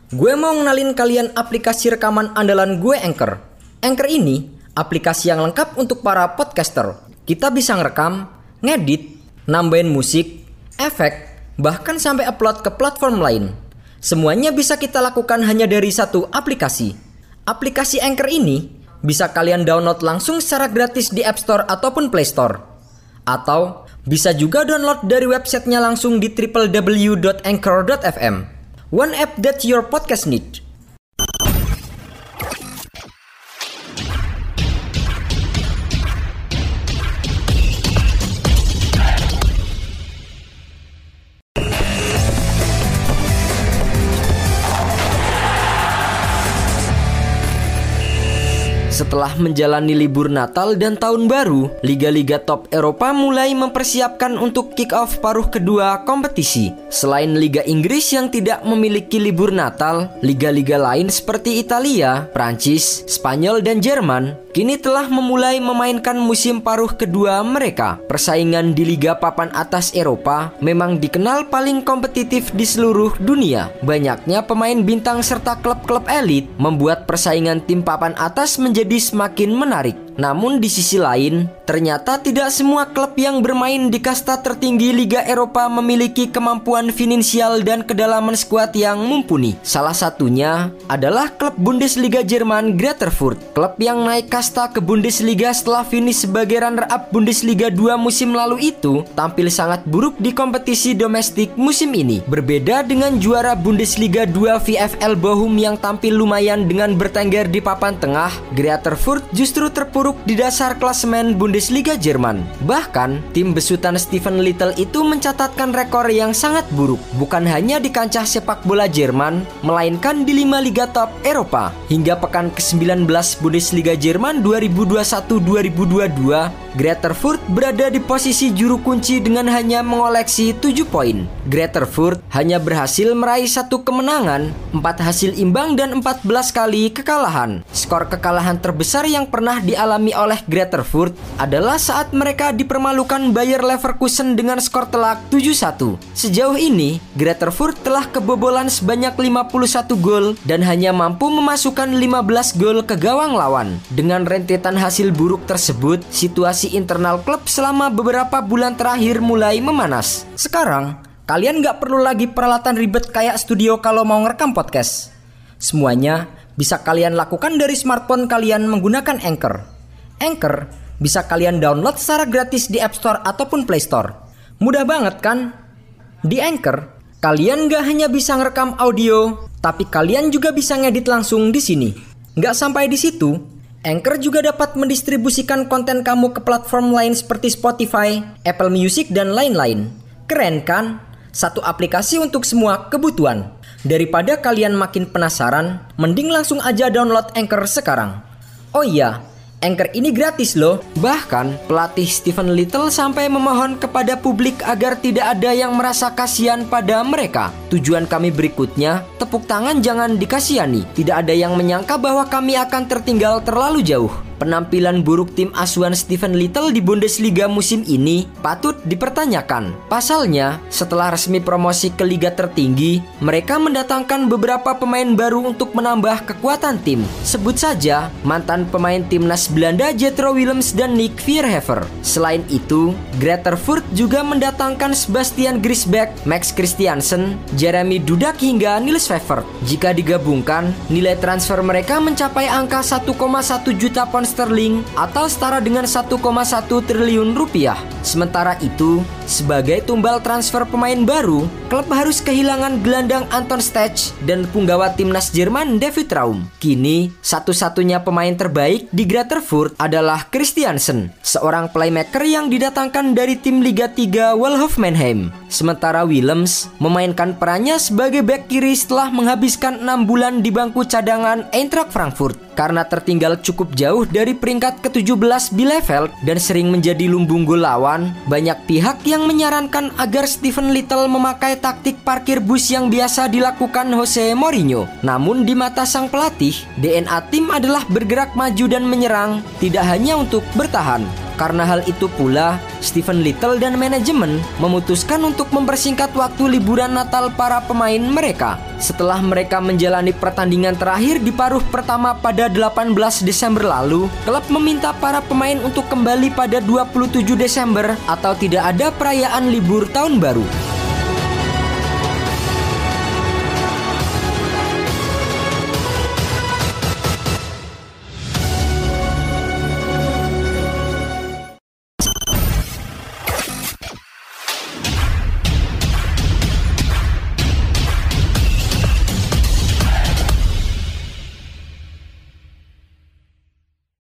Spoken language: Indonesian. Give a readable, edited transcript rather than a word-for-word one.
Gue mau ngenalin kalian aplikasi rekaman andalan gue, Anchor. Anchor ini aplikasi yang lengkap untuk para podcaster. Kita bisa ngerekam, ngedit, nambahin musik, efek, bahkan sampai upload ke platform lain. Semuanya bisa kita lakukan hanya dari satu aplikasi. Aplikasi Anchor ini bisa kalian download langsung secara gratis di App Store ataupun Play Store. Atau bisa juga download dari websitenya langsung di www.anchor.fm. One app that your podcast need. Setelah menjalani libur Natal dan Tahun Baru, liga-liga top Eropa mulai mempersiapkan untuk kick-off paruh kedua kompetisi. Selain Liga Inggris yang tidak memiliki libur Natal, liga-liga lain seperti Italia, Prancis, Spanyol, dan Jerman kini telah memulai memainkan musim paruh kedua mereka. Persaingan di liga papan atas Eropa memang dikenal paling kompetitif di seluruh dunia. Banyaknya pemain bintang serta klub-klub elit membuat persaingan tim papan atas menjadi semakin menarik. Namun di sisi lain, ternyata tidak semua klub yang bermain di kasta tertinggi Liga Eropa memiliki kemampuan finansial dan kedalaman skuad yang mumpuni. Salah satunya adalah klub Bundesliga Jerman Greuther Fürth. Klub yang naik kasta ke Bundesliga setelah finish sebagai runner-up Bundesliga 2 musim lalu itu tampil sangat buruk di kompetisi domestik musim ini. Berbeda dengan juara Bundesliga 2 VfL Bochum yang tampil lumayan dengan bertengger di papan tengah, Greuther Fürth justru terpuruk di dasar klasemen Bundesliga Jerman. Bahkan, tim besutan Steven Little itu mencatatkan rekor yang sangat buruk, bukan hanya di kancah sepak bola Jerman, melainkan di 5 liga top Eropa. Hingga pekan ke-19 Bundesliga Jerman 2021-2022, Greuther Fürth berada di posisi juru kunci dengan hanya mengoleksi 7 poin. Greuther Fürth hanya berhasil meraih 1 kemenangan, 4 hasil imbang, dan 14 kali kekalahan. Skor kekalahan terbesar yang pernah dialami oleh Greuther Fürth adalah saat mereka dipermalukan Bayer Leverkusen dengan skor telak 7-1. Sejauh ini, Greuther Fürth telah kebobolan sebanyak 51 gol dan hanya mampu memasukkan 15 gol ke gawang lawan. Dengan rentetan hasil buruk tersebut, situasi internal klub selama beberapa bulan terakhir mulai memanas. Sekarang, kalian gak perlu lagi peralatan ribet kayak studio kalau mau ngerekam podcast. Semuanya bisa kalian lakukan dari smartphone kalian menggunakan Anchor. Anchor bisa kalian download secara gratis di App Store ataupun Play Store. Mudah banget kan? Di Anchor, kalian gak hanya bisa ngerekam audio, tapi kalian juga bisa ngedit langsung di sini. Gak sampai di situ, Anchor juga dapat mendistribusikan konten kamu ke platform lain seperti Spotify, Apple Music, dan lain-lain. Keren kan? Satu aplikasi untuk semua kebutuhan. Daripada kalian makin penasaran, mending langsung aja download Anchor sekarang. Oh iya, Anchor ini gratis loh. Bahkan pelatih Steven Little sampai memohon kepada publik agar tidak ada yang merasa kasihan pada mereka. Tujuan kami berikutnya, tepuk tangan jangan dikasihani. Tidak ada yang menyangka bahwa kami akan tertinggal terlalu jauh. Penampilan buruk tim asuhan Steven Little di Bundesliga musim ini patut dipertanyakan. Pasalnya, setelah resmi promosi ke liga tertinggi, mereka mendatangkan beberapa pemain baru untuk menambah kekuatan tim. Sebut saja mantan pemain timnas Belanda Jetro Willems dan Nick Viergever. Selain itu, Greuther Fürth juga mendatangkan Sebastian Griesbeck, Max Christiansen, Jeremy Dudak hingga Niels Pfeffer. Jika digabungkan, nilai transfer mereka mencapai angka 1,1 juta pound sterling atau setara dengan 1,1 triliun rupiah. Sementara itu, sebagai tumbal transfer pemain baru, klub harus kehilangan gelandang Anton Stach dan punggawa timnas Jerman David Raum. Kini, satu-satunya pemain terbaik di Greuther Fürth adalah Christiansen, seorang playmaker yang didatangkan dari tim Liga 3 Waldhof Mannheim. Sementara Willems memainkan perannya sebagai bek kiri setelah menghabiskan 6 bulan di bangku cadangan Eintracht Frankfurt. Karena tertinggal cukup jauh dari peringkat ke-17 Bielefeld dan sering menjadi lumbung gol lawan, banyak pihak yang menyarankan agar Steven Little memakai taktik parkir bus yang biasa dilakukan Jose Mourinho. Namun di mata sang pelatih, DNA tim adalah bergerak maju dan menyerang, tidak hanya untuk bertahan. Karena hal itu pula, Stephen Little dan manajemen memutuskan untuk mempersingkat waktu liburan Natal para pemain mereka. Setelah mereka menjalani pertandingan terakhir di paruh pertama pada 18 Desember lalu, klub meminta para pemain untuk kembali pada 27 Desember atau tidak ada perayaan libur tahun baru.